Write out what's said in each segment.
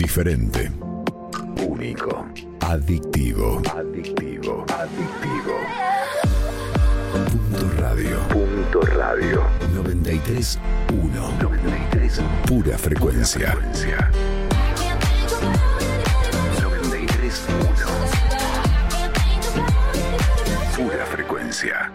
Diferente. Único. Adictivo. Adictivo. Adictivo. Punto Radio. Punto Radio. 93.1. 93. Pura frecuencia. 93.1. Pura frecuencia.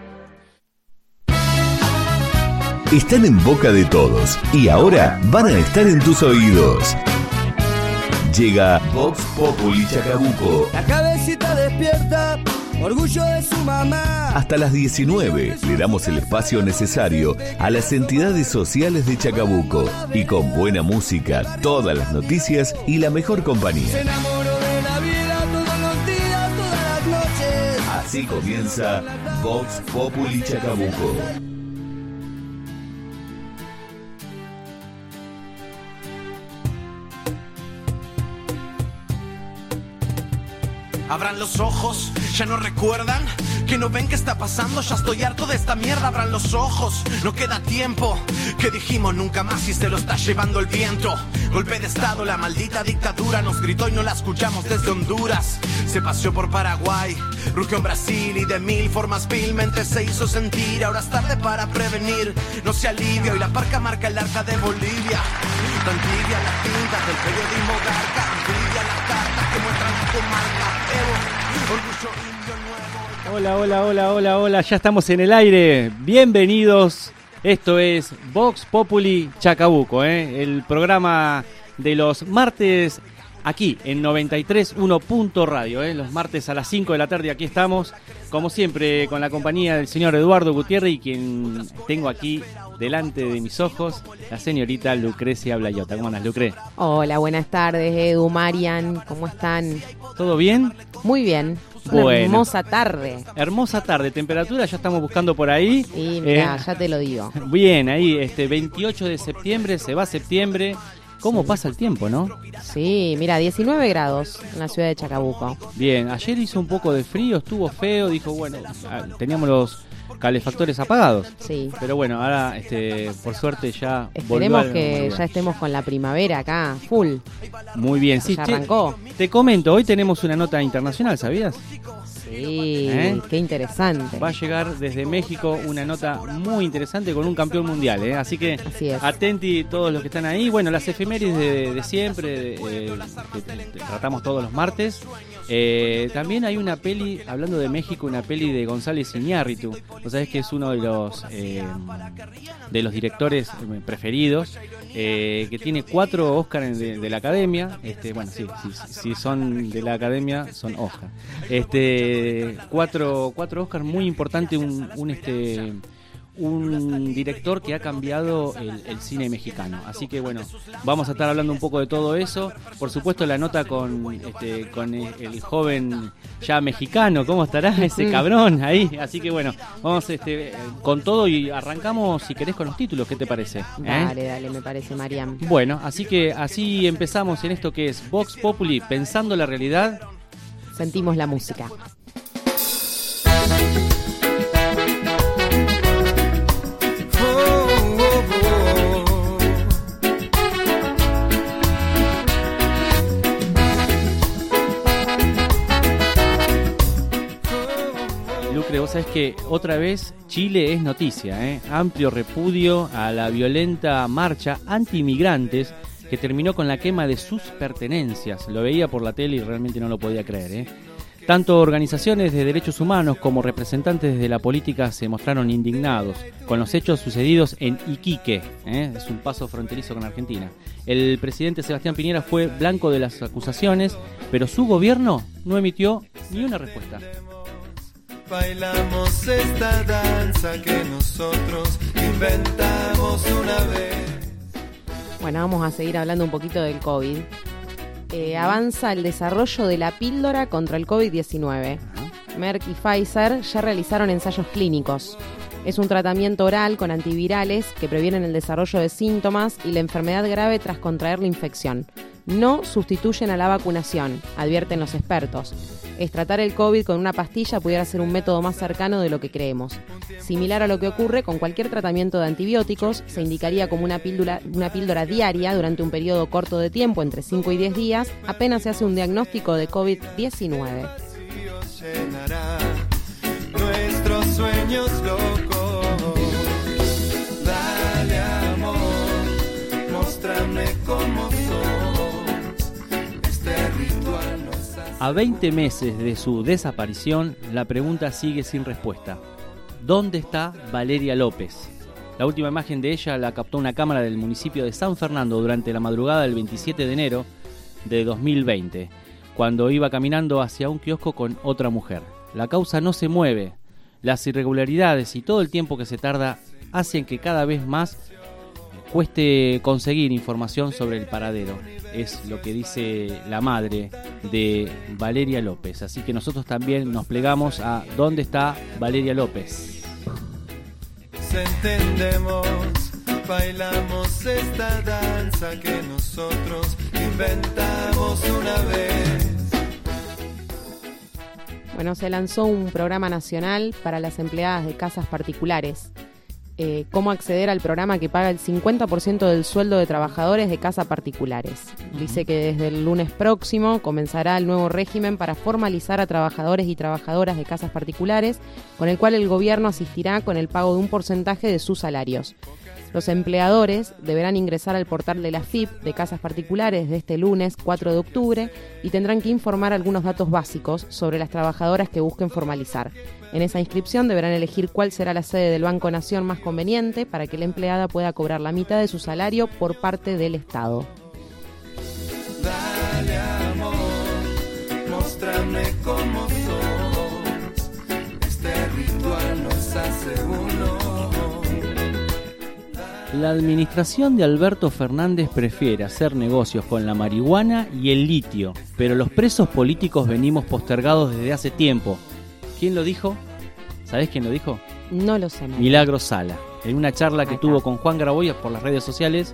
Están en boca de todos y ahora van a estar en tus oídos. Llega Vox Populi Chacabuco. La cabecita despierta, orgullo de su mamá. Hasta las 19 le damos el espacio necesario a las entidades sociales de Chacabuco y con buena música, todas las noticias y la mejor Se compañía. enamoró de la vida todos los días, todas las noches. Así comienza Vox Populi Chacabuco. Abran los ojos, ya no recuerdan, que no ven qué está pasando, ya estoy harto de esta mierda. Abran los ojos, no queda tiempo, que dijimos nunca más y se lo está llevando el viento. Golpe de estado, la maldita dictadura nos gritó y no la escuchamos desde Honduras. Se paseó por Paraguay, rugió en Brasil y de mil formas vilmente se hizo sentir. Ahora es tarde para prevenir, no se alivia y la parca marca el arca de Bolivia. Tan tibia la tinta del periodismo garca, tibia las cartas que muestran la comarca. Orgullo indio nuevo. Hola, ya estamos en el aire. Bienvenidos. Esto es Vox Populi Chacabuco, el programa de los martes aquí en 93.1 Punto Radio, los martes a las 5 de la tarde aquí estamos, como siempre, con la compañía del señor Eduardo Gutiérrez y quien tengo aquí delante de mis ojos, la señorita Lucrecia Blayota. ¿Cómo andas, Lucre? Hola, buenas tardes, Edu, Marian, ¿cómo están? ¿Todo bien? Muy bien, una Bueno. hermosa tarde. Hermosa tarde, temperatura ya estamos buscando por ahí. Y mira, ya te lo digo. Bien, ahí, 28 de septiembre, se va septiembre. ¿Cómo pasa el tiempo, no? Sí, mira, 19 grados en la ciudad de Chacabuco. Bien, ayer hizo un poco de frío, estuvo feo, dijo, bueno, teníamos los calefactores apagados. Sí. Pero bueno, ahora, por suerte ya volvió Esperemos a la que normalidad. ya estemos con la primavera acá, full. Muy bien, sí. Ya arrancó. Te comento, hoy tenemos una nota internacional, ¿sabías? Sí, qué interesante. Va a llegar desde México una nota muy interesante con un campeón mundial, Así que Así es. atenti todos los que están ahí. Bueno, las efemérides de siempre, que tratamos todos los martes. También hay una peli, hablando de México, una peli de González Iñárritu. Vos sabés que es uno de los directores preferidos, que tiene 4 Óscar de la Academia. Bueno, sí, son de la Academia, son Oscar. 4 Óscar muy importante, un director que ha cambiado el cine mexicano. Así que bueno, vamos a estar hablando un poco de todo eso. Por supuesto la nota con el joven ya mexicano, ¿cómo estará ese cabrón ahí? Así que bueno, vamos con todo y arrancamos, si querés, con los títulos. ¿Qué te parece? Dale, me parece, Marian. Bueno, así que así empezamos en esto que es Vox Populi, pensando la realidad. Sentimos la música. Lucre, vos sabés que otra vez Chile es noticia, Amplio repudio a la violenta marcha anti-inmigrantes que terminó con la quema de sus pertenencias. Lo veía por la tele y realmente no lo podía creer, Tanto organizaciones de derechos humanos como representantes de la política se mostraron indignados con los hechos sucedidos en Iquique, es un paso fronterizo con Argentina. El presidente Sebastián Piñera fue blanco de las acusaciones, pero su gobierno no emitió ni una respuesta. Bailamos esta danza que nosotros inventamos una vez. Bueno, vamos a seguir hablando un poquito del COVID. Avanza el desarrollo de la píldora contra el COVID-19. Merck y Pfizer ya realizaron ensayos clínicos. Es un tratamiento oral con antivirales que previenen el desarrollo de síntomas y la enfermedad grave tras contraer la infección. no sustituyen a la vacunación, advierten los expertos. Tratar el COVID con una pastilla pudiera ser un método más cercano de lo que creemos. Similar a lo que ocurre con cualquier tratamiento de antibióticos, se indicaría como una píldora diaria durante un periodo corto de tiempo, entre 5 y 10 días, apenas se hace un diagnóstico de COVID-19. Nuestros sueños locos, dale amor, muéstrame cómo sos, este ritual nos hace... A 20 meses de su desaparición, la pregunta sigue sin respuesta. ¿Dónde está Valeria López? La última imagen de ella la captó una cámara del municipio de San Fernando durante la madrugada del 27 de enero de 2020, cuando iba caminando hacia un kiosco con otra mujer. La causa no se mueve. Las irregularidades y todo el tiempo que se tarda hacen que cada vez más cueste conseguir información sobre el paradero. Es lo que dice la madre de Valeria López. Así que nosotros también nos plegamos a ¿dónde está Valeria López? Entendemos, bailamos esta danza que nosotros inventamos una vez. Bueno, se lanzó un programa nacional para las empleadas de casas particulares. Cómo acceder al programa que paga el 50% del sueldo de trabajadores de casas particulares. Dice que desde el lunes próximo comenzará el nuevo régimen para formalizar a trabajadores y trabajadoras de casas particulares, con el cual el gobierno asistirá con el pago de un porcentaje de sus salarios. Los empleadores deberán ingresar al portal de la FIP de casas particulares de este lunes 4 de octubre y tendrán que informar algunos datos básicos sobre las trabajadoras que busquen formalizar. En esa inscripción deberán elegir cuál será la sede del Banco Nación más conveniente para que la empleada pueda cobrar la mitad de su salario por parte del Estado. Dale amor, muéstrame cómo sos, este ritual nos hace uno. La administración de Alberto Fernández prefiere hacer negocios con la marihuana y el litio, pero los presos políticos venimos postergados desde hace tiempo. ¿Quién lo dijo? ¿Sabés quién lo dijo? No lo sé. Milagro Sala. En una charla que tuvo con Juan Graboy por las redes sociales,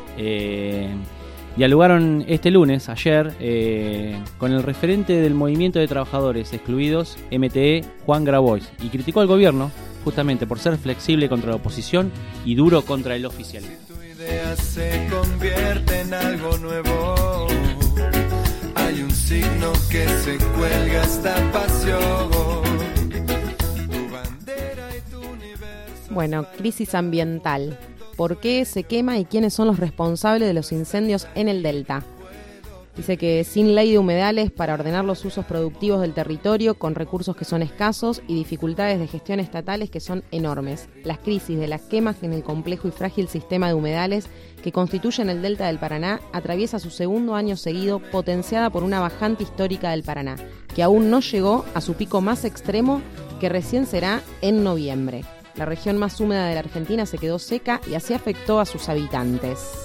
dialogaron este lunes, ayer, con el referente del Movimiento de Trabajadores Excluidos, MTE, Juan Graboy, y criticó al gobierno justamente por ser flexible contra la oposición y duro contra el oficialismo. Tu idea se convierte en algo nuevo. Hay un signo que se cuelga esta pasión. Tu bandera y tu universo. Bueno, crisis ambiental. ¿Por qué se quema y quiénes son los responsables de los incendios en el Delta? Dice que sin ley de humedales para ordenar los usos productivos del territorio, con recursos que son escasos y dificultades de gestión estatales que son enormes. Las crisis de las quemas en el complejo y frágil sistema de humedales que constituyen el Delta del Paraná atraviesa su segundo año seguido, potenciada por una bajante histórica del Paraná, que aún no llegó a su pico más extremo, que recién será en noviembre. La región más húmeda de la Argentina se quedó seca y así afectó a sus habitantes.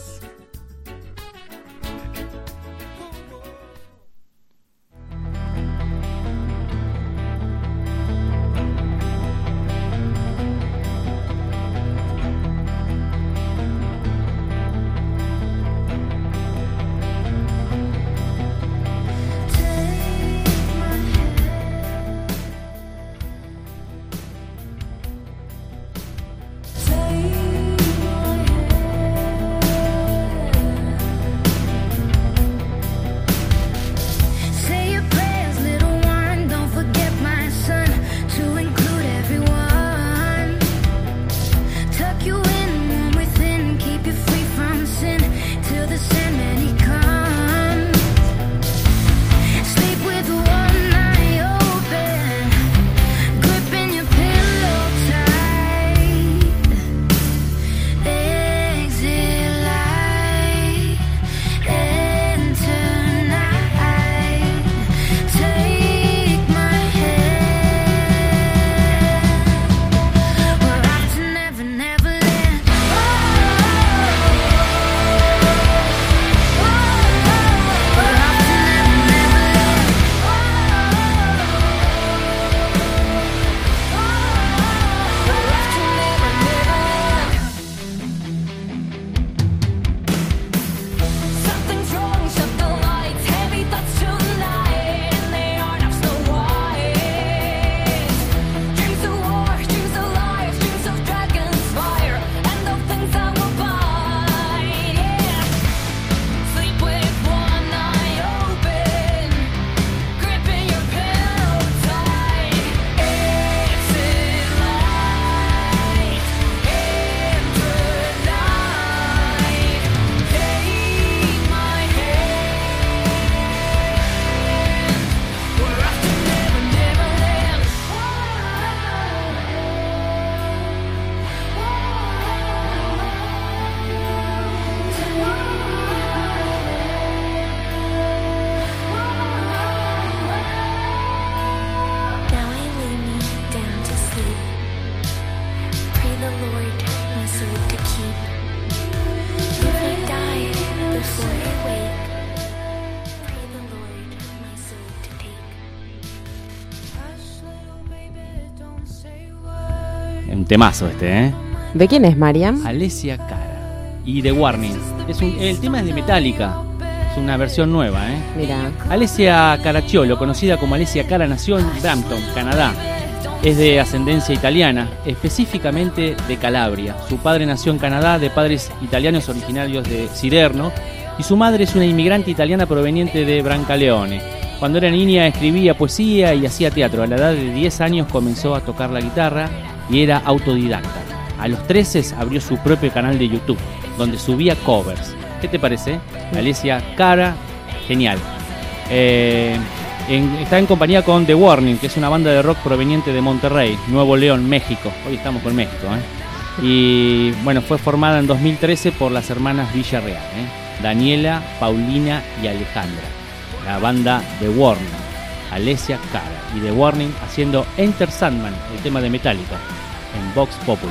Un temazo este, ¿eh? ¿De quién es, Mariam? Alessia Cara y The Warning. El tema es de Metallica. Es una versión nueva, ¿eh? Mira. Alessia Caracciolo, conocida como Alessia Cara, nació en Brampton, Canadá. Es de ascendencia italiana, específicamente de Calabria. Su padre nació en Canadá, de padres italianos originarios de Siderno, y su madre es una inmigrante italiana proveniente de Brancaleone. Cuando era niña escribía poesía y hacía teatro. A la edad de 10 años comenzó a tocar la guitarra y era autodidacta. A los 13 abrió su propio canal de YouTube, donde subía covers. ¿Qué te parece? Alessia Cara, genial. Está en compañía con The Warning, que es una banda de rock proveniente de Monterrey, Nuevo León, México. Hoy estamos con México, ¿eh? Y bueno, fue formada en 2013 por las hermanas Villarreal, Daniela, Paulina y Alejandra. La banda The Warning, Alessia Cara y The Warning haciendo Enter Sandman, el tema de Metallica, en Vox Populi.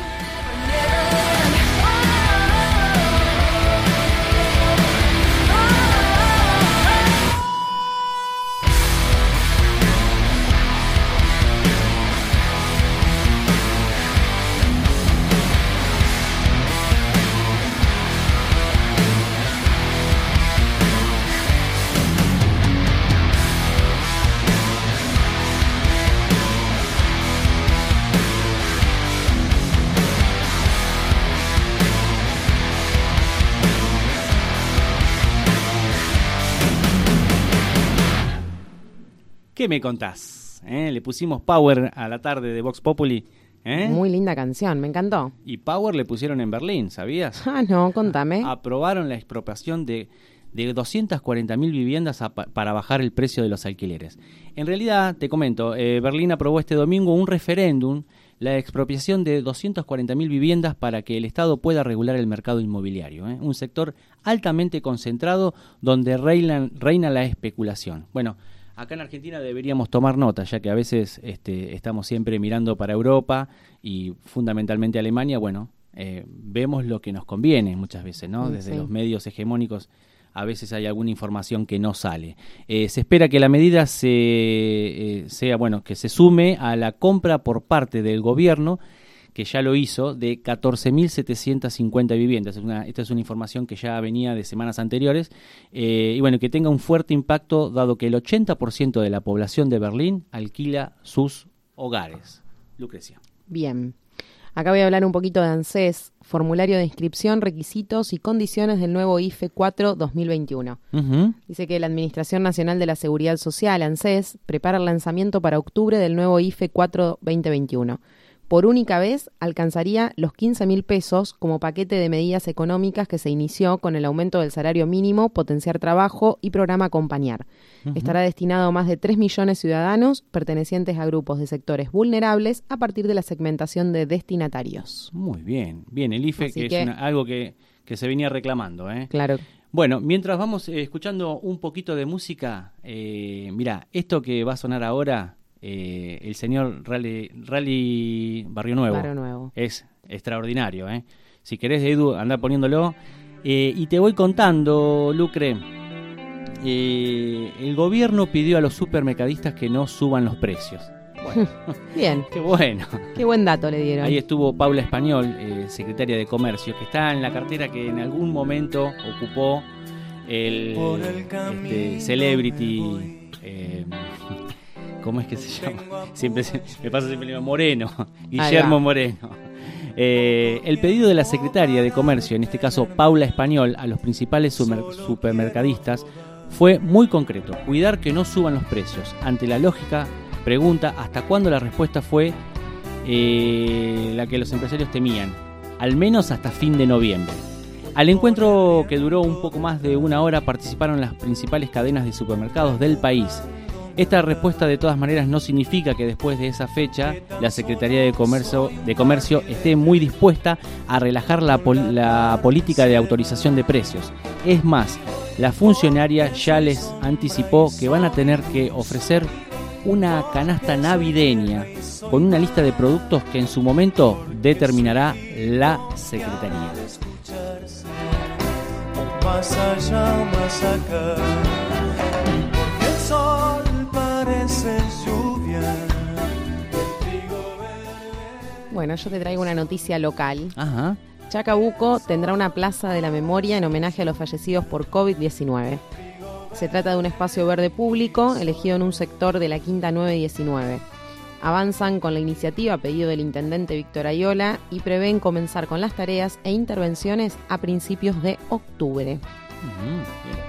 ¿Qué me contás? Le pusimos Power a la tarde de Vox Populi. Muy linda canción, me encantó. Y Power le pusieron en Berlín, ¿sabías? Ah, no, contame. Aprobaron la expropiación de 240.000 viviendas para bajar el precio de los alquileres. En realidad, te comento, Berlín aprobó este domingo un referéndum, la expropiación de 240.000 viviendas para que el Estado pueda regular el mercado inmobiliario. Un sector altamente concentrado donde reina la especulación. Bueno, acá en Argentina deberíamos tomar nota, ya que a veces estamos siempre mirando para Europa y fundamentalmente Alemania. Bueno, vemos lo que nos conviene muchas veces, ¿no? Desde los medios hegemónicos a veces hay alguna información que no sale. Se espera que la medida que se sume a la compra por parte del gobierno, que ya lo hizo, de 14.750 viviendas. Esta es una información que ya venía de semanas anteriores. Y bueno, que tenga un fuerte impacto, dado que el 80% de la población de Berlín alquila sus hogares. Lucrecia. Bien. Acá voy a hablar un poquito de ANSES, formulario de inscripción, requisitos y condiciones del nuevo IFE 4 2021. Uh-huh. Dice que la Administración Nacional de la Seguridad Social, ANSES, prepara el lanzamiento para octubre del nuevo IFE 4 2021. Por única vez alcanzaría los 15.000 pesos como paquete de medidas económicas que se inició con el aumento del salario mínimo, potenciar trabajo y programa Acompañar. Uh-huh. Estará destinado a más de 3 millones de ciudadanos pertenecientes a grupos de sectores vulnerables a partir de la segmentación de destinatarios. Muy bien, el IFE, así que es algo que se venía reclamando. Claro. Bueno, mientras vamos escuchando un poquito de música, mirá, esto que va a sonar ahora... el señor Rally Barrio Nuevo es extraordinario. Si querés, Edu, andá poniéndolo. Y te voy contando, Lucre. El gobierno pidió a los supermercadistas que no suban los precios. Bueno, bien. Qué bueno. Qué buen dato le dieron. Ahí estuvo Paula Español, secretaria de Comercio, que está en la cartera que en algún momento ocupó el Celebrity... ¿cómo es que se llama? Me pasa siempre Moreno, Guillermo Moreno. El pedido de la secretaria de Comercio, en este caso Paula Español, a los principales supermercadistas fue muy concreto: cuidar que no suban los precios. Ante la lógica pregunta hasta cuándo, la respuesta fue la que los empresarios temían: al menos hasta fin de noviembre. Al encuentro, que duró un poco más de una hora, participaron las principales cadenas de supermercados del país. Esta respuesta, de todas maneras, no significa que después de esa fecha la Secretaría de Comercio esté muy dispuesta a relajar la política de autorización de precios. Es más, la funcionaria ya les anticipó que van a tener que ofrecer una canasta navideña con una lista de productos que en su momento determinará la Secretaría. Más allá, más acá, porque el sol parece lluvia. Bueno, yo te traigo una noticia local. Ajá. Chacabuco tendrá una plaza de la memoria en homenaje a los fallecidos por COVID-19. Se trata de un espacio verde público elegido en un sector de la Quinta 9 y 19. Avanzan con la iniciativa a pedido del intendente Víctor Ayola y prevén comenzar con las tareas e intervenciones a principios de octubre. Bien.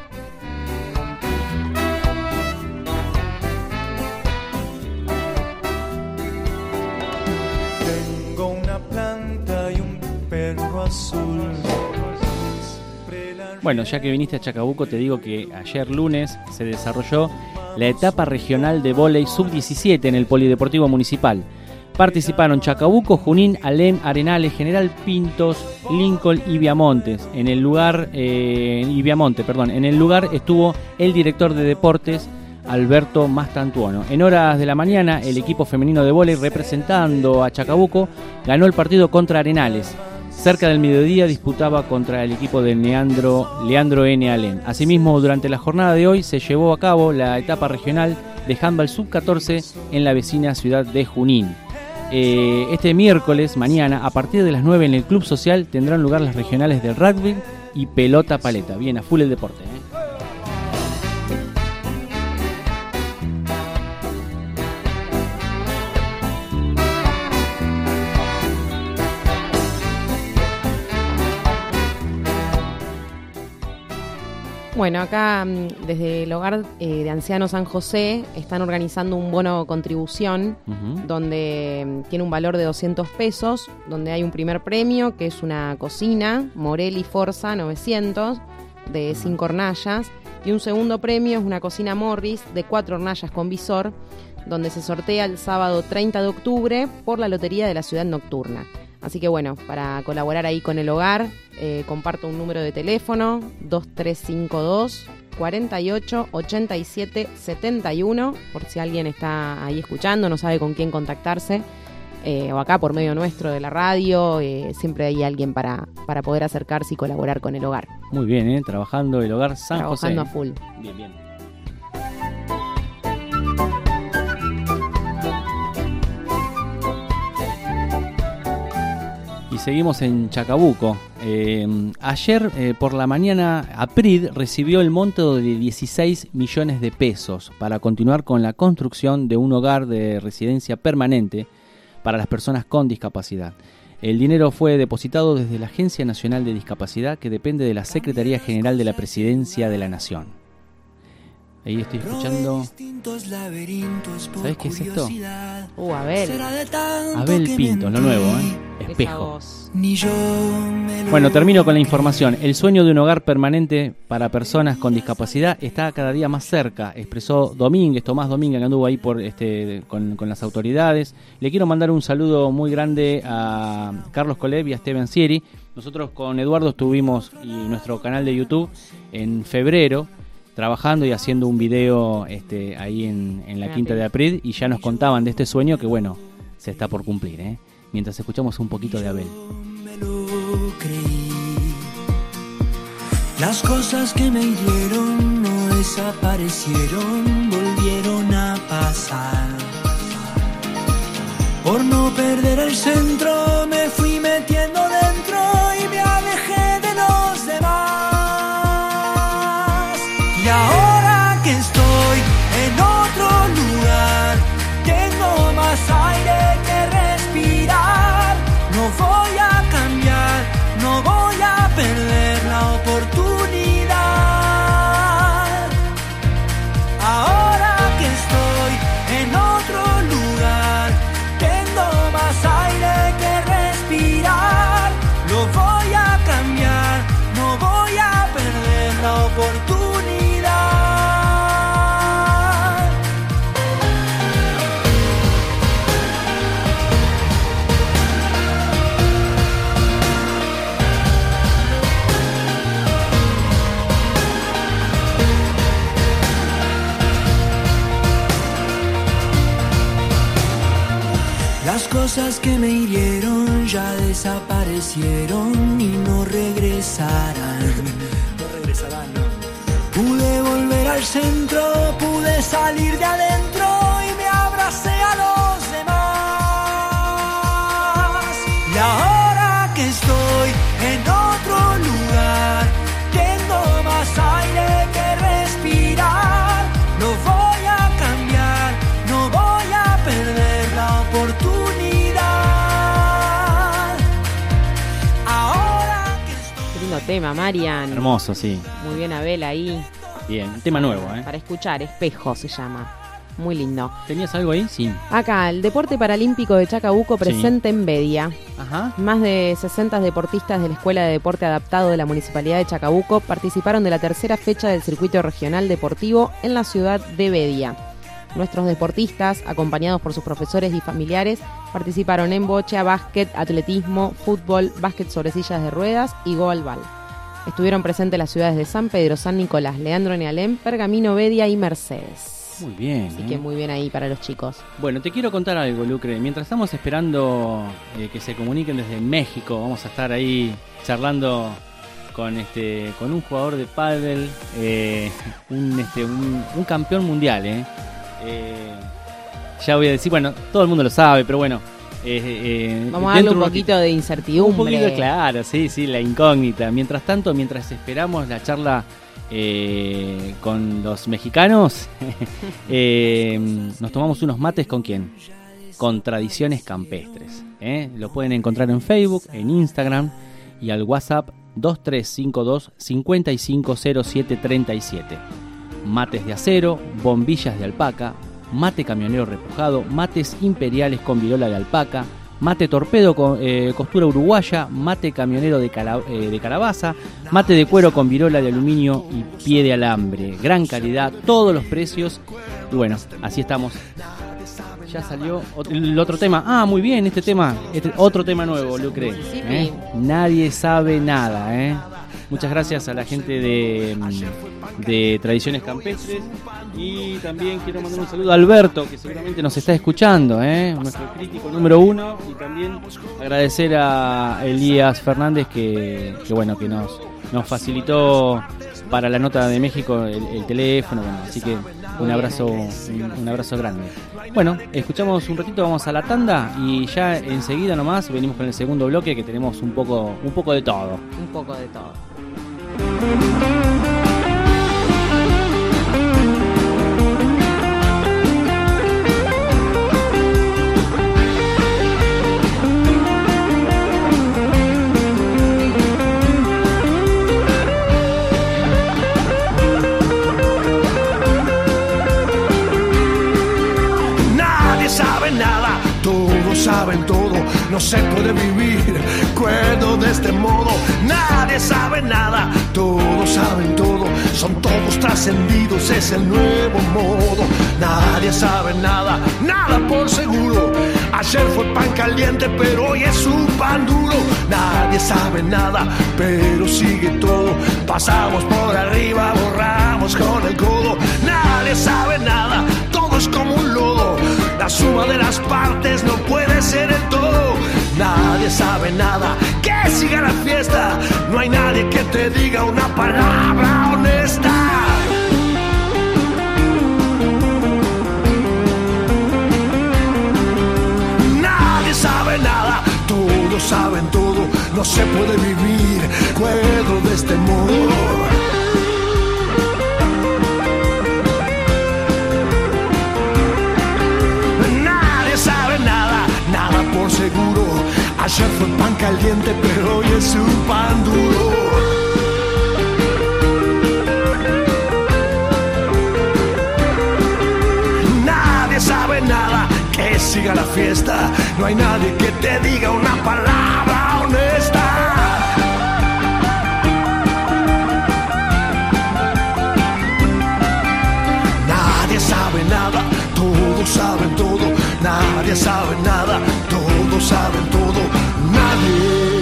Tengo una planta y un perro azul. Bueno, ya que viniste a Chacabuco, te digo que ayer lunes se desarrolló la etapa regional de vóley sub-17 en el Polideportivo Municipal. Participaron Chacabuco, Junín, Alem, Arenales, General Pintos, Lincoln y Viamontes. En el lugar estuvo el director de deportes, Alberto Mastantuono. En horas de la mañana, el equipo femenino de vóley representando a Chacabuco ganó el partido contra Arenales. Cerca del mediodía disputaba contra el equipo de Leandro N. Alem. Asimismo, durante la jornada de hoy se llevó a cabo la etapa regional de handball sub-14 en la vecina ciudad de Junín. Este miércoles, mañana, a partir de las 9 en el Club Social, tendrán lugar las regionales del rugby y pelota paleta. Bien, a full el deporte, Bueno, acá desde el Hogar de Ancianos San José están organizando un bono contribución donde tiene un valor de 200 pesos, donde hay un primer premio que es una cocina Morelli Forza 900 de 5 hornallas y un segundo premio es una cocina Morris de 4 hornallas con visor, donde se sortea el sábado 30 de octubre por la Lotería de la Ciudad Nocturna. Así que bueno, para colaborar ahí con el hogar, comparto un número de teléfono, 2352 48 87 71, por si alguien está ahí escuchando, no sabe con quién contactarse, o acá por medio nuestro de la radio, siempre hay alguien para poder acercarse y colaborar con el hogar. Muy bien, trabajando el Hogar San José. Trabajando a full. Bien, bien. Y seguimos en Chacabuco. Ayer por la mañana APRID recibió el monto de 16 millones de pesos para continuar con la construcción de un hogar de residencia permanente para las personas con discapacidad. El dinero fue depositado desde la Agencia Nacional de Discapacidad, que depende de la Secretaría General de la Presidencia de la Nación. Ahí estoy escuchando. ¿Sabés qué es esto? Abel Pintos, lo nuevo, Espejo. Bueno, termino con la información. El sueño de un hogar permanente para personas con discapacidad está cada día más cerca, expresó Tomás Domínguez, que anduvo ahí con las autoridades. Le quiero mandar un saludo muy grande a Carlos Colev y a Esteban Sieri. Nosotros con Eduardo estuvimos y nuestro canal de YouTube en febrero trabajando y haciendo un video ahí en la quinta de APRID, y ya nos contaban de este sueño que bueno, se está por cumplir, mientras escuchamos un poquito de Abel. Me lo creí. Las cosas que me hirieron no desaparecieron, volvieron a pasar. Por no perder el centro me fui metiendo dentro y me alejé de los demás. Y ahora que estoy en otro lugar, tengo más aire que respirar. No voy a cambiar, no voy a perder la oportunidad. Ahora que estoy en otro lugar, tengo más aire que respirar. Lo voy a cambiar, no voy a perder la oportunidad. Las cosas que me hirieron ya desaparecieron y no regresarán. No regresarán, no. Pude volver al centro, pude salir de adentro y me abracé a los demás. tema, Marian. Hermoso, sí. Muy bien, Abel, ahí. Bien, tema nuevo, Para escuchar, Espejo se llama. Muy lindo. ¿Tenías algo ahí? Sí. Acá, el Deporte Paralímpico de Chacabuco presente en Bedia. Ajá. Más de 60 deportistas de la Escuela de Deporte Adaptado de la Municipalidad de Chacabuco participaron de la tercera fecha del Circuito Regional Deportivo en la ciudad de Bedia. Nuestros deportistas, acompañados por sus profesores y familiares, participaron en bocha, básquet, atletismo, fútbol, básquet sobre sillas de ruedas y goalball. Estuvieron presentes las ciudades de San Pedro, San Nicolás, Leandro Nealem, Pergamino, Bedia y Mercedes. Muy bien. Así que muy bien ahí para los chicos. Bueno, te quiero contar algo, Lucre. Mientras estamos esperando que se comuniquen desde México, vamos a estar ahí charlando con un jugador de pádel, un campeón mundial, ya voy a decir, bueno, todo el mundo lo sabe, pero bueno. Vamos a darle un poquito de incertidumbre. Un poquito, claro, sí, la incógnita. Mientras tanto, mientras esperamos la charla con los mexicanos, nos tomamos unos mates. ¿Con quién? Con Tradiciones Campestres. Lo pueden encontrar en Facebook, en Instagram y al WhatsApp 2352 550737. Mates de acero, bombillas de alpaca, mate camionero repujado, mates imperiales con virola de alpaca, mate torpedo con costura uruguaya, mate camionero de calabaza, mate de cuero con virola de aluminio y pie de alambre. Gran calidad, todos los precios. Y bueno, así estamos. Ya salió el otro tema. Ah, muy bien, otro tema nuevo, Lucre. Sí. Nadie sabe nada, Muchas gracias a la gente de Tradiciones Campestres. Y también quiero mandar un saludo a Alberto, que seguramente nos está escuchando, nuestro crítico número 1. Y también agradecer a Elías Fernández que nos facilitó para la nota de México el teléfono. Bueno, así que un abrazo grande. Bueno, escuchamos un ratito, vamos a la tanda y ya enseguida nomás venimos con el segundo bloque, que tenemos un poco de todo. Un poco de todo. Saben todo, no se puede vivir cuerdo de este modo. Nadie sabe nada, todos saben todo, son todos trascendidos, es el nuevo modo. Nadie sabe nada, nada por seguro. Ayer fue pan caliente, pero hoy es un pan duro. Nadie sabe nada, pero sigue todo. Pasamos por arriba, borramos con el codo. Nadie sabe nada, todo es como un lodo. La suma de las partes no puede ser el todo. Nadie sabe nada, que siga la fiesta. No hay nadie que te diga una palabra honesta. Nadie sabe nada, todos saben todo. No se puede vivir cuerdo de este modo. Por seguro, ayer fue pan caliente, pero hoy es un pan duro. Nadie sabe nada, que siga la fiesta. No hay nadie que te diga una palabra honesta. Nadie sabe nada, todos saben todo. Nadie sabe nada, todos saben todo, nadie.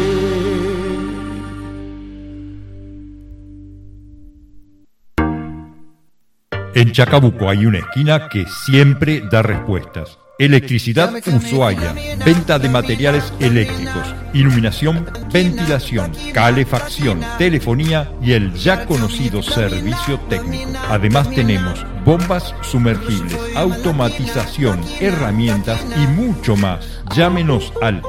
En Chacabuco hay una esquina que siempre da respuestas. Electricidad Ushuaia, venta de materiales eléctricos, iluminación, ventilación, calefacción, telefonía y el ya conocido servicio técnico. Además tenemos bombas sumergibles, automatización, herramientas y mucho más. Llámenos al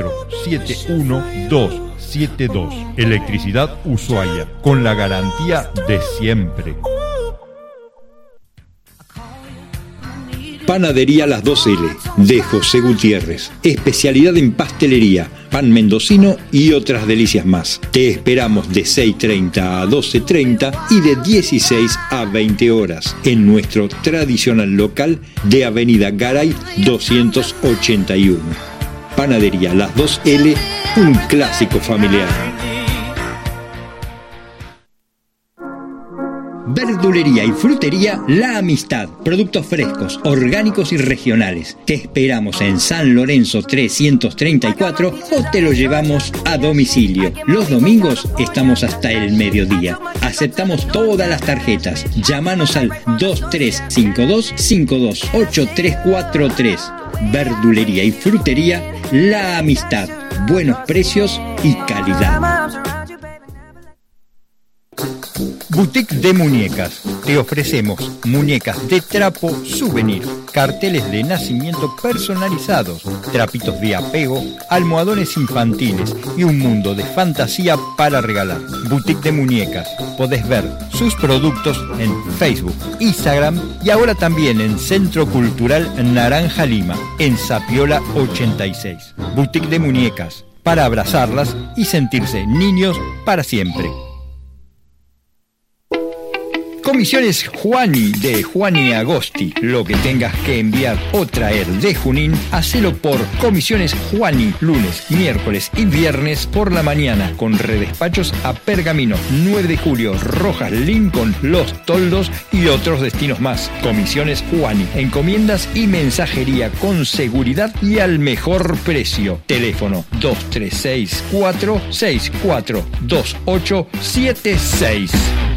471-272. Electricidad Ushuaia, con la garantía de siempre. Panadería Las 2L, de José Gutiérrez. Especialidad en pastelería, pan mendocino y otras delicias más. Te esperamos de 6:30 a 12:30 y de 16 a 20 horas en nuestro tradicional local de Avenida Garay 281. Panadería Las 2L, un clásico familiar. Verdulería y frutería La Amistad. Productos frescos, orgánicos y regionales. Te esperamos en San Lorenzo 334 o te lo llevamos a domicilio. Los domingos estamos hasta el mediodía. Aceptamos todas las tarjetas. Llámanos al 2352-528343. Verdulería y frutería La Amistad. Buenos precios y calidad. Boutique de Muñecas. Te ofrecemos muñecas de trapo souvenir, carteles de nacimiento personalizados, trapitos de apego, almohadones infantiles y un mundo de fantasía para regalar. Boutique de Muñecas. Podés ver sus productos en Facebook, Instagram y ahora también en Centro Cultural Naranja Lima, en Zapiola 86. Boutique de Muñecas. Para abrazarlas y sentirse niños para siempre. Comisiones Juani de Juani Agosti. Lo que tengas que enviar o traer de Junín, hacelo por Comisiones Juani, lunes, miércoles y viernes por la mañana, con redespachos a Pergamino, 9 de julio, Rojas, Lincoln, Los Toldos y otros destinos más. Comisiones Juani, encomiendas y mensajería con seguridad y al mejor precio. Teléfono 2364642876.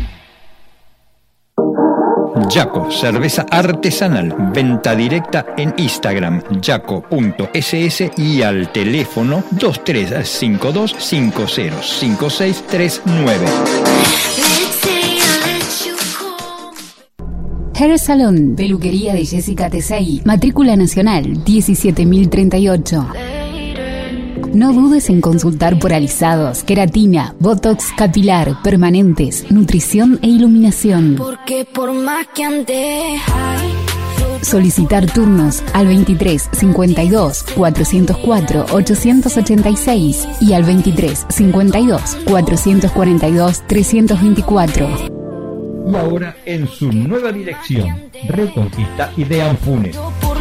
Yaco, cerveza artesanal, venta directa en Instagram, yaco.ss y al teléfono 2352-505639. Hair Salon, peluquería de Jessica Tesei, matrícula nacional 17038. No dudes en consultar por alisados, queratina, botox capilar, permanentes, nutrición e iluminación. Porque por más que ande, solicitar turnos al 23 52 404 886 y al 23 52 442 324. Y ahora en su nueva dirección, Reconquista y de Anfunes.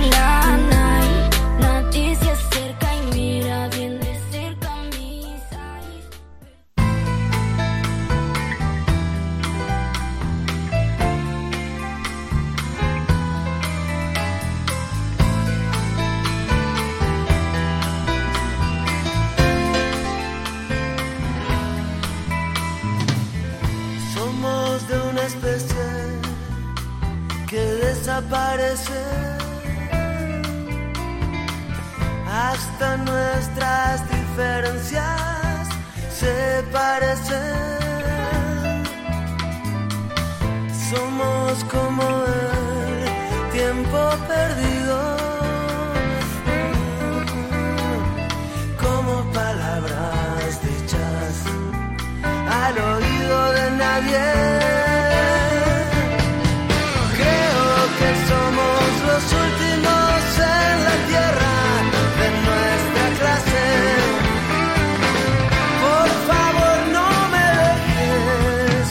Desaparece, hasta nuestras diferencias se parecen. Somos como el tiempo perdido, como palabras dichas al oído de nadie. Los últimos en la tierra de nuestra clase. Por favor, no me dejes.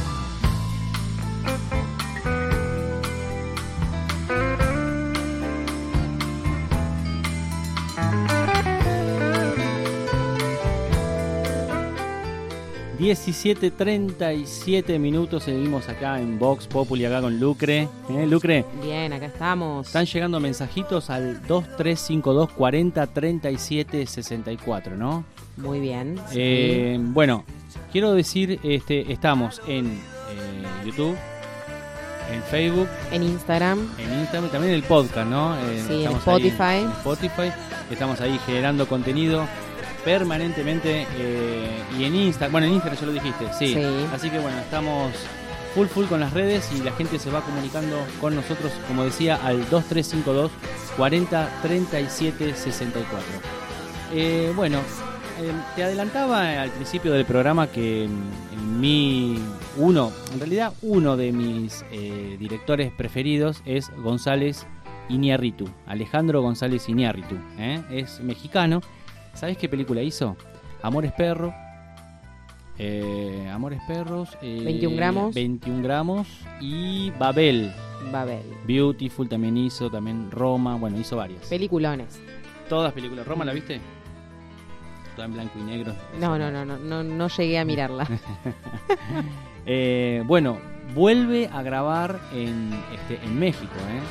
...17:37... seguimos acá en Vox Populi, acá con Lucre. Lucre. Bien, acá estamos. Están llegando mensajitos al 2352 40 37 64, ¿no? Muy bien. Sí. Bueno, quiero decir, estamos en YouTube, en Facebook, en Instagram, también en el podcast, ¿no? Sí, en Spotify. En Spotify. Estamos ahí generando contenido permanentemente y en Instagram. Bueno, en Instagram ya lo dijiste, sí. Así que bueno, estamos full con las redes y la gente se va comunicando con nosotros, como decía, al 2352 40 37 64. Bueno, te adelantaba al principio del programa que uno de mis directores preferidos es González Iñárritu, Alejandro González Iñárritu, es mexicano. ¿Sabés qué película hizo? Amores Perros, 21 gramos. 21 gramos y Babel. Beautiful también hizo, también Roma, bueno, hizo varias. Peliculones. Todas películas. ¿Roma la viste? Toda en blanco y negro. No llegué a mirarla. Bueno, vuelve a grabar en México,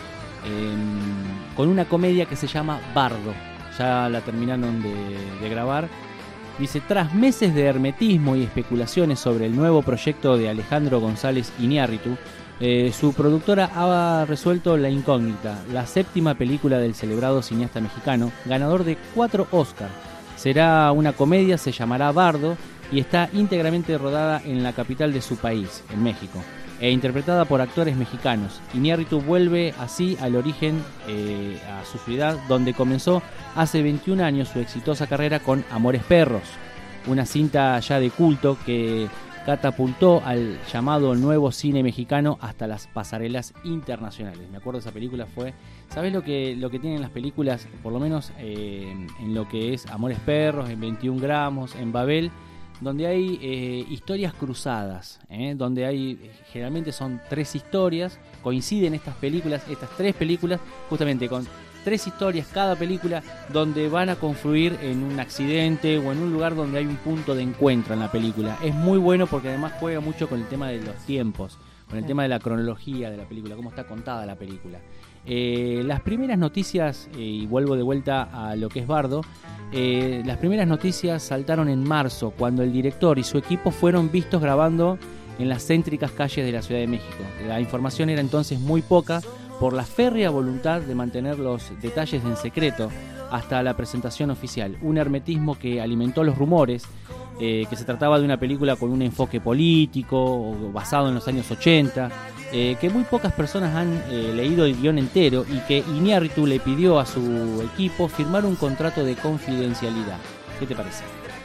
con una comedia que se llama Bardo. Ya la terminaron de grabar. Dice, tras meses de hermetismo y especulaciones sobre el nuevo proyecto de Alejandro González Iñárritu, su productora ha resuelto la incógnita. La 7ª película del celebrado cineasta mexicano, ganador de 4 Oscars. Será una comedia, se llamará Bardo y está íntegramente rodada en la capital de su país, en México, e interpretada por actores mexicanos. Iñárritu vuelve así al origen, a su ciudad, donde comenzó hace 21 años su exitosa carrera con Amores Perros, una cinta ya de culto que catapultó al llamado nuevo cine mexicano hasta las pasarelas internacionales. Me acuerdo de esa película, ¿sabés lo que tienen las películas? Por lo menos en lo que es Amores Perros, en 21 gramos, en Babel, donde hay historias cruzadas, donde hay, generalmente son 3 historias, coinciden estas 3 películas, justamente con 3 historias cada película, donde van a confluir en un accidente o en un lugar donde hay un punto de encuentro en la película. Es muy bueno porque además juega mucho con el tema de los tiempos, con el tema de la cronología de la película, cómo está contada la película. Las primeras noticias, y vuelvo de vuelta a lo que es Bardo, las primeras noticias saltaron en marzo, cuando el director y su equipo fueron vistos grabando en las céntricas calles de la Ciudad de México. La información era entonces muy poca por la férrea voluntad de mantener los detalles en secreto hasta la presentación oficial. Un hermetismo que alimentó los rumores que se trataba de una película con un enfoque político, basado en los años 80, que muy pocas personas han leído el guión entero y que Iñárritu le pidió a su equipo firmar un contrato de confidencialidad. ¿Qué te parece?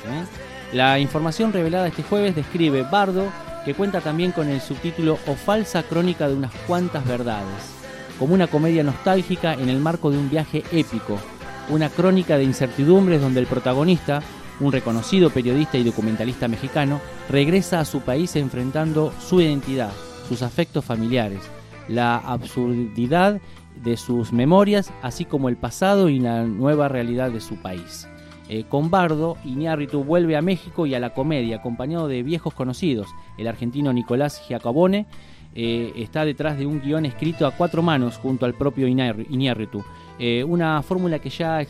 La información revelada este jueves describe Bardo, que cuenta también con el subtítulo O falsa crónica de unas cuantas verdades, como una comedia nostálgica en el marco de un viaje épico, una crónica de incertidumbres donde el protagonista, un reconocido periodista y documentalista mexicano, regresa a su país enfrentando su identidad, sus afectos familiares, la absurdidad de sus memorias, así como el pasado y la nueva realidad de su país. Con Bardo, Iñárritu vuelve a México y a la comedia, acompañado de viejos conocidos. El argentino Nicolás Giacobone está detrás de un guión escrito a 4 manos junto al propio Iñárritu. Una fórmula que ya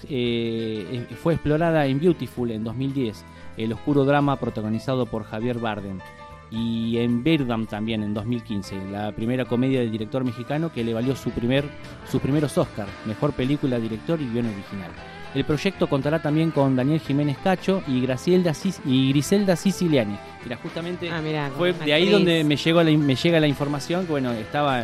fue explorada en Beautiful en 2010, el oscuro drama protagonizado por Javier Bardem, y en Birdman también en 2015, la primera comedia del director mexicano que le valió sus primeros Oscars, mejor película, director y guión original. El proyecto contará también con Daniel Jiménez Cacho y Griselda Siciliani. Mira, justamente fue de ahí donde me llega la información, que bueno, estaba...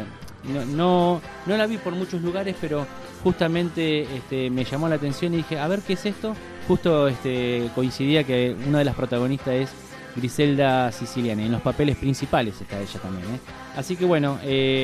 No la vi por muchos lugares, pero justamente me llamó la atención y dije, a ver qué es esto. Justo coincidía que una de las protagonistas es Griselda Siciliani, en los papeles principales está ella también. Así que bueno,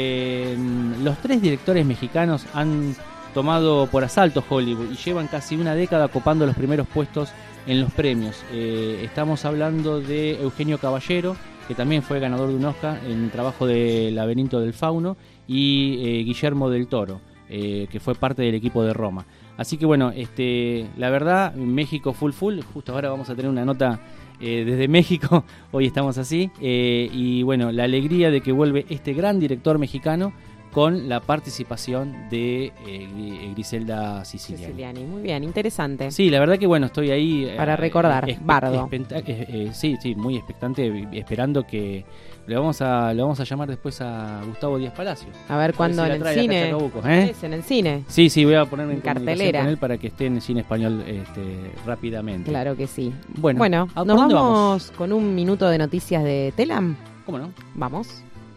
los 3 directores mexicanos han tomado por asalto Hollywood y llevan casi una década copando los primeros puestos en los premios. Estamos hablando de Eugenio Caballero, que también fue ganador de un Oscar en el trabajo de Laberinto del Fauno, y Guillermo del Toro, que fue parte del equipo de Roma. Así que bueno, la verdad, México full. Justo ahora vamos a tener una nota desde México, hoy estamos así, y bueno, la alegría de que vuelve este gran director mexicano con la participación de Griselda Siciliani. Muy bien, interesante. Sí, la verdad que bueno, estoy ahí... Para recordar, Bardo. Sí, muy expectante, esperando que... Le vamos a llamar después a Gustavo Díaz Palacio. A ver cuándo en el cine. En el cine. Sí, voy a ponerme en cartelera con él para que esté en el cine español rápidamente. Claro que sí. Bueno, ¿nos vamos con un minuto de noticias de Telam? ¿Cómo no? Vamos.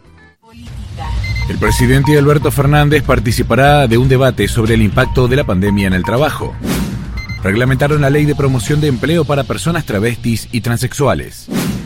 El presidente Alberto Fernández participará de un debate sobre el impacto de la pandemia en el trabajo. Reglamentaron la ley de promoción de empleo para personas travestis y transexuales.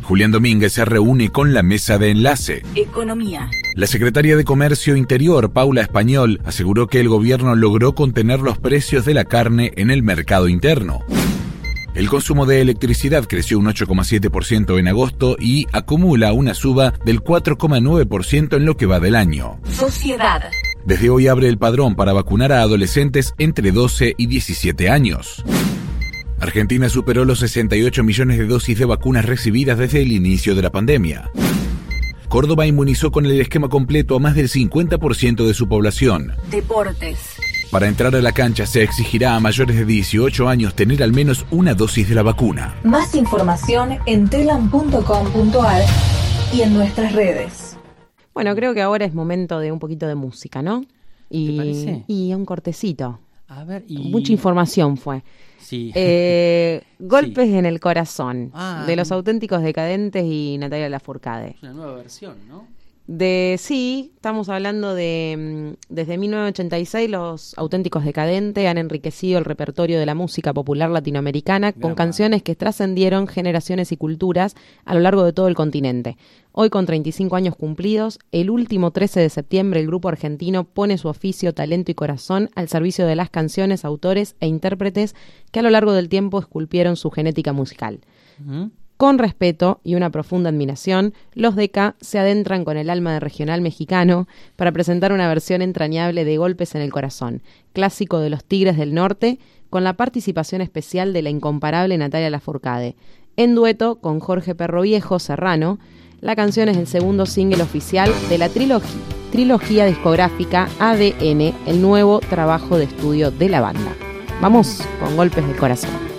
Julián Domínguez se reúne con la mesa de enlace. Economía. La secretaria de Comercio Interior, Paula Español, aseguró que el gobierno logró contener los precios de la carne en el mercado interno. El consumo de electricidad creció un 8,7% en agosto y acumula una suba del 4,9% en lo que va del año. Sociedad. Desde hoy abre el padrón para vacunar a adolescentes entre 12 y 17 años. Argentina superó los 68 millones de dosis de vacunas recibidas desde el inicio de la pandemia. Córdoba inmunizó con el esquema completo a más del 50% de su población. Deportes. Para entrar a la cancha se exigirá a mayores de 18 años tener al menos una dosis de la vacuna. Más información en telam.com.ar y en nuestras redes. Bueno, creo que ahora es momento de un poquito de música, ¿no? ¿Te parece? Y un cortecito. A ver, Mucha información fue. Sí. Golpes en el corazón, Ah, de Los Auténticos Decadentes y Natalia Lafourcade. Una nueva versión, ¿no? Sí, estamos hablando de desde 1986 Los Auténticos Decadentes han enriquecido el repertorio de la música popular latinoamericana con canciones que trascendieron generaciones y culturas a lo largo de todo el continente. Hoy, con 35 años cumplidos, el último 13 de septiembre el grupo argentino pone su oficio, talento y corazón al servicio de las canciones, autores e intérpretes que a lo largo del tiempo esculpieron su genética musical. Uh-huh. Con respeto y una profunda admiración, los Deca se adentran con el alma de regional mexicano para presentar una versión entrañable de Golpes en el Corazón, clásico de los Tigres del Norte, con la participación especial de la incomparable Natalia Lafourcade. En dueto con Jorge Perroviejo Serrano, la canción es el segundo single oficial de la trilogía discográfica ADN, el nuevo trabajo de estudio de la banda. Vamos con Golpes del Corazón.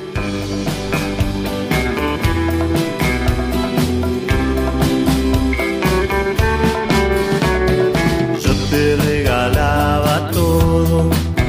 Te regalaba todo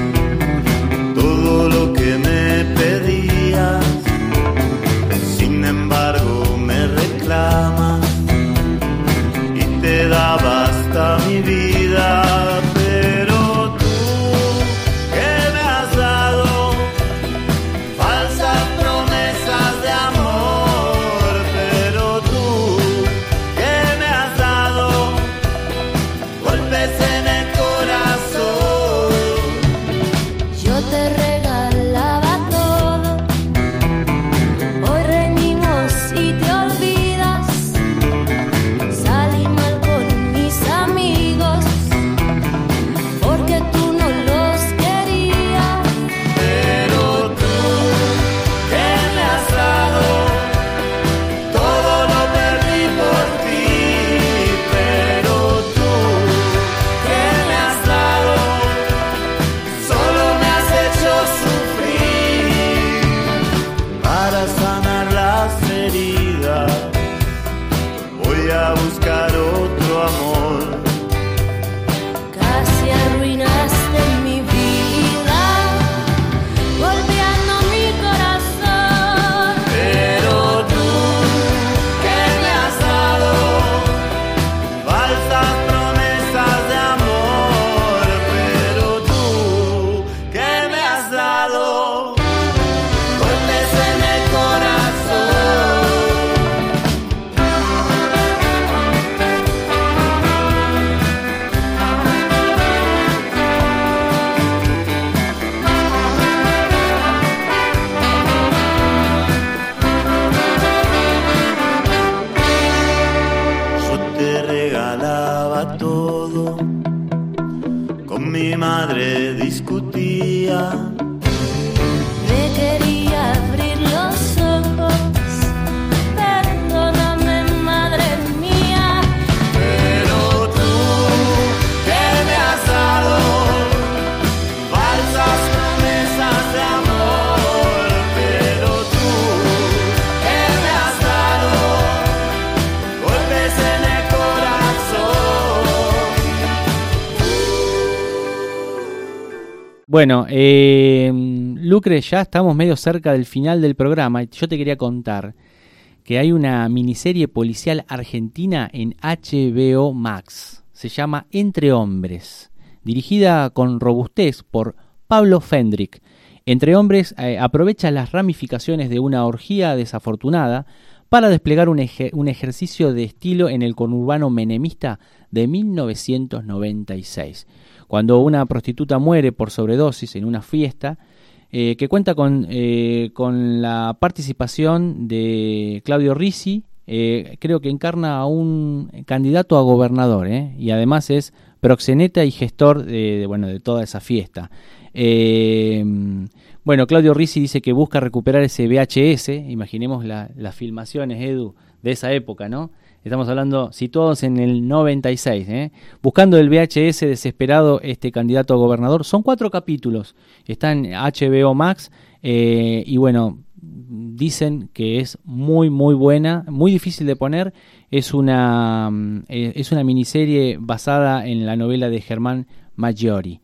lo que me pedías, sin embargo me reclamas y te daba hasta mi vida, pero tú, ¿qué me has dado? Falsas promesas de amor, pero tú, ¿qué me has dado? Golpes en el corazón. Yo te regalaba todo, hoy reñimos y te olvidas. Salí mal con mis amigos, porque tú no los querías. Pero tú, ¿qué me has dado? Todo lo perdí por ti, pero tú, ¿qué me has dado? Solo me has hecho sufrir. Para sanar las heridas, voy a buscar otro amor. Casi arruinaste mi vida, golpeando mi corazón. Pero tú, ¿qué me has dado? Falsas promesas de amor. Pero tú, ¿qué me has dado? Golpes en el corazón. Yo te regalaba todo, con mi madre discutía. Me quería abrir los ojos, perdóname, madre mía. Pero tú, ¿qué me has dado? Falsas promesas de amor. Pero tú, ¿qué me has dado? Golpes en el corazón. Bueno, Lucre, ya estamos medio cerca del final del programa y yo te quería contar que hay una miniserie policial argentina en HBO Max. Se llama Entre Hombres, dirigida con robustez por Pablo Fendrick. Entre Hombres aprovecha las ramificaciones de una orgía desafortunada para desplegar un ejercicio de estilo en el conurbano menemista de 1996, cuando una prostituta muere por sobredosis en una fiesta que cuenta con la participación de Claudio Risi. Creo que encarna a un candidato a gobernador, y además es proxeneta y gestor de toda esa fiesta. Claudio Risi dice que busca recuperar ese VHS. Imaginemos las filmaciones, Edu, de esa época, ¿no? Estamos hablando situados en el 96, buscando el VHS desesperado este candidato a gobernador. Son 4 capítulos, está en HBO Max, y bueno, dicen que es muy muy buena, muy difícil de poner. Es una miniserie basada en la novela de Germán Maggiori,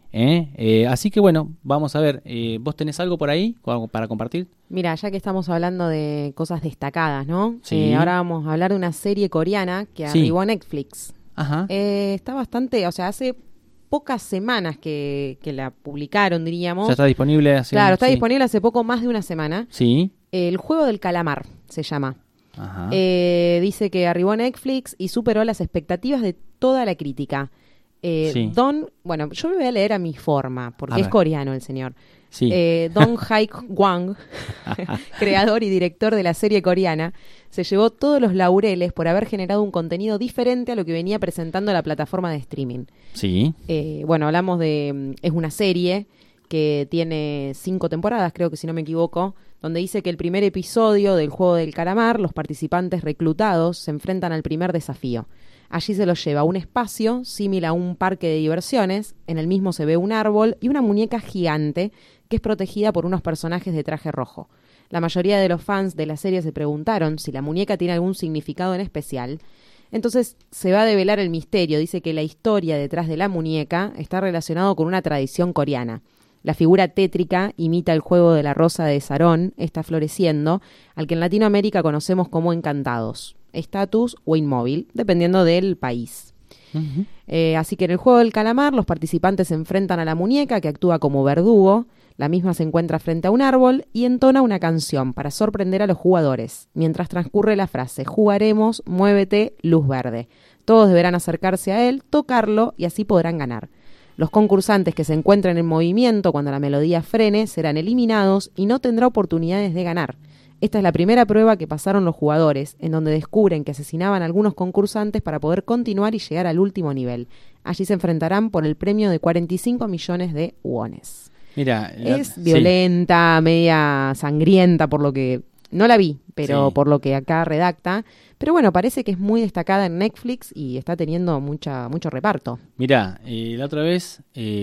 así que bueno, vamos a ver, ¿vos tenés algo por ahí para compartir? Mira, ya que estamos hablando de cosas destacadas, ¿no? Sí. Ahora vamos a hablar de una serie coreana que arribó a Netflix. Ajá. Está bastante, hace pocas semanas que la publicaron, diríamos. Ya está disponible hace... Claro, está disponible hace poco más de una semana. Sí. El juego del calamar se llama. Ajá. Dice que arribó a Netflix y superó las expectativas de toda la crítica. Sí. Bueno, yo me voy a leer a mi forma, porque es coreano el señor. Sí. Don Haik-Wang, creador y director de la serie coreana, se llevó todos los laureles por haber generado un contenido diferente a lo que venía presentando la plataforma de streaming. Sí. Hablamos de... Es una serie que tiene 5 temporadas, creo que si no me equivoco, donde dice que el primer episodio del Juego del Calamar, los participantes reclutados se enfrentan al primer desafío. Allí se los lleva a un espacio similar a un parque de diversiones. En el mismo se ve un árbol y una muñeca gigante que es protegida por unos personajes de traje rojo. La mayoría de los fans de la serie se preguntaron si la muñeca tiene algún significado en especial. Entonces se va a develar el misterio. Dice que la historia detrás de la muñeca está relacionado con una tradición coreana. La figura tétrica imita el juego de la rosa de Sarón, está floreciendo, al que en Latinoamérica conocemos como encantados, estatus o inmóvil, dependiendo del país. Uh-huh. Así que en el Juego del Calamar los participantes se enfrentan a la muñeca que actúa como verdugo. La misma se encuentra frente a un árbol y entona una canción para sorprender a los jugadores, mientras transcurre la frase: jugaremos, muévete, luz verde. Todos deberán acercarse a él, tocarlo y así podrán ganar. Los concursantes que se encuentren en movimiento cuando la melodía frene serán eliminados y no tendrá oportunidades de ganar. Esta es la primera prueba que pasaron los jugadores, en donde descubren que asesinaban a algunos concursantes para poder continuar y llegar al último nivel. Allí se enfrentarán por el premio de 45 millones de wones. Mira, es violenta, media sangrienta, por lo que... No la vi, pero por lo que acá redacta. Pero bueno, parece que es muy destacada en Netflix y está teniendo mucho reparto. Mira, la otra vez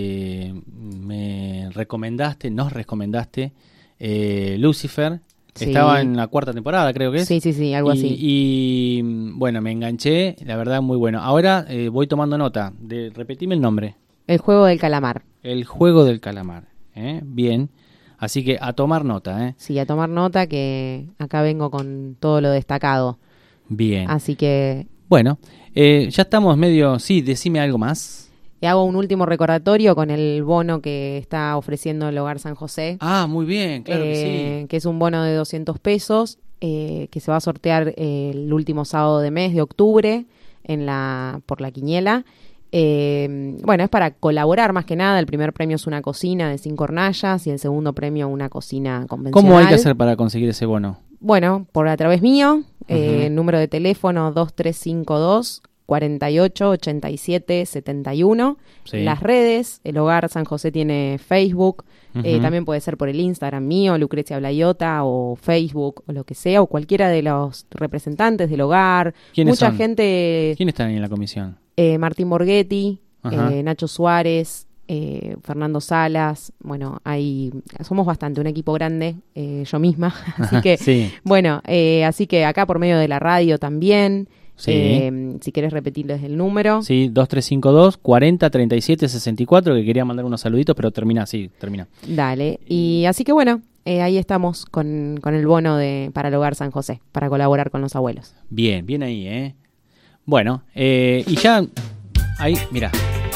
nos recomendaste Lucifer. Sí. Estaba en la 4ª temporada, creo que es. Sí, algo así. Y bueno, me enganché, la verdad, muy bueno. Ahora voy tomando nota. Repetime el nombre. El Juego del Calamar. El Juego del Calamar. Bien. Así que a tomar nota, Sí, a tomar nota, que acá vengo con todo lo destacado. Bien. Así que... Bueno, ya estamos medio... Sí, decime algo más. Hago un último recordatorio con el bono que está ofreciendo el Hogar San José. Ah, muy bien, claro que sí. Que es un bono de 200 pesos, que se va a sortear el último sábado de mes de octubre por la quiniela. Bueno, es para colaborar más que nada. El primer premio es una cocina de 5 hornallas y el segundo premio una cocina convencional. ¿Cómo hay que hacer para conseguir ese bono? Bueno, a través mío, número de teléfono 2352 48 87 71. Sí. Las redes, el Hogar San José tiene Facebook, también puede ser por el Instagram mío, Lucrecia Blayota, o Facebook, o lo que sea, o cualquiera de los representantes del hogar. Mucha gente. ¿Quiénes están en la comisión? Martín Borghetti, Nacho Suárez, Fernando Salas. Bueno, somos bastante, un equipo grande, yo misma. Así que, bueno, así que acá por medio de la radio también. Sí. Si querés repetirles el número. Sí, 2352 40 37 64, que quería mandar unos saluditos, pero termina. Dale, y así que bueno, ahí estamos con el bono para el Hogar San José, para colaborar con los abuelos. Bien ahí, Bueno, y ya, ahí, mira.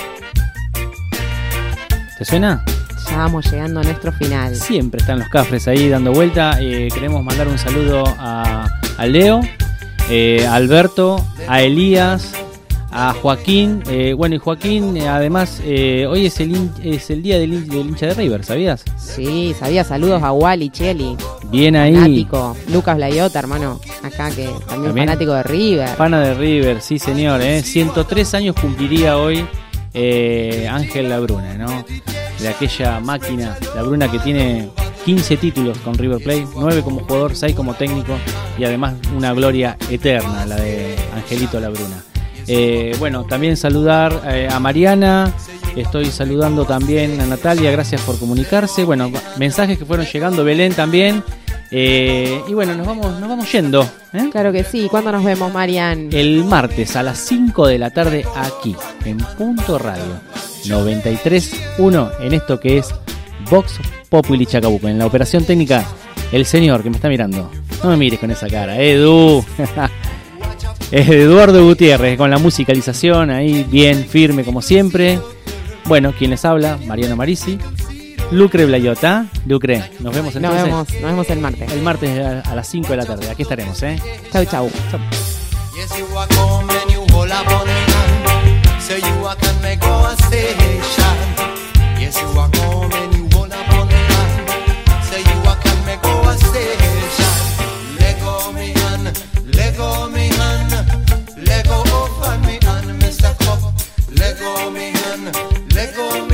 ¿Te suena? Ya vamos llegando a nuestro final. Siempre están los cafres ahí dando vuelta. Queremos mandar un saludo a a Leo, a Alberto, a Elías, a Joaquín. Bueno, y Joaquín, además, hoy es el día del hincha de River, ¿sabías? Sí, sabía. Saludos a Wally, Cheli. Bien ahí. Fanático. Lucas Blayota, hermano, acá que también fanático de River. Pana de River, sí señor. 103 años cumpliría hoy Ángel Labruna, ¿no? De aquella máquina, Labruna, que tiene 15 títulos con River Plate, 9 como jugador, 6 como técnico y además una gloria eterna, la de Angelito Labruna. Bueno, también saludar a Mariana, estoy saludando también a Natalia, gracias por comunicarse. Bueno, mensajes que fueron llegando, Belén también. Y bueno, nos vamos yendo. Claro que sí. ¿Cuándo nos vemos, Marian? El martes a las 5 de la tarde aquí, en Punto Radio 93.1, en esto que es Vox Populi Chacabuco. En la operación técnica, el señor que me está mirando. No me mires con esa cara, Edu. Es Eduardo Gutiérrez, con la musicalización ahí bien firme como siempre. Bueno, quien les habla, Mariano Marisi, Lucre Blayota. Lucre, nos vemos entonces. Nos vemos el martes. El martes a las 5 de la tarde, aquí estaremos, Chau, chau. Yes, you are come and you hold up on me hand. So you are can make our station. Yes, you are come and you hold up on me hand. So you are can make our station. Let go me hand, let go me hand, let go of me hand, Mr. Cup. Let go me hand, let go.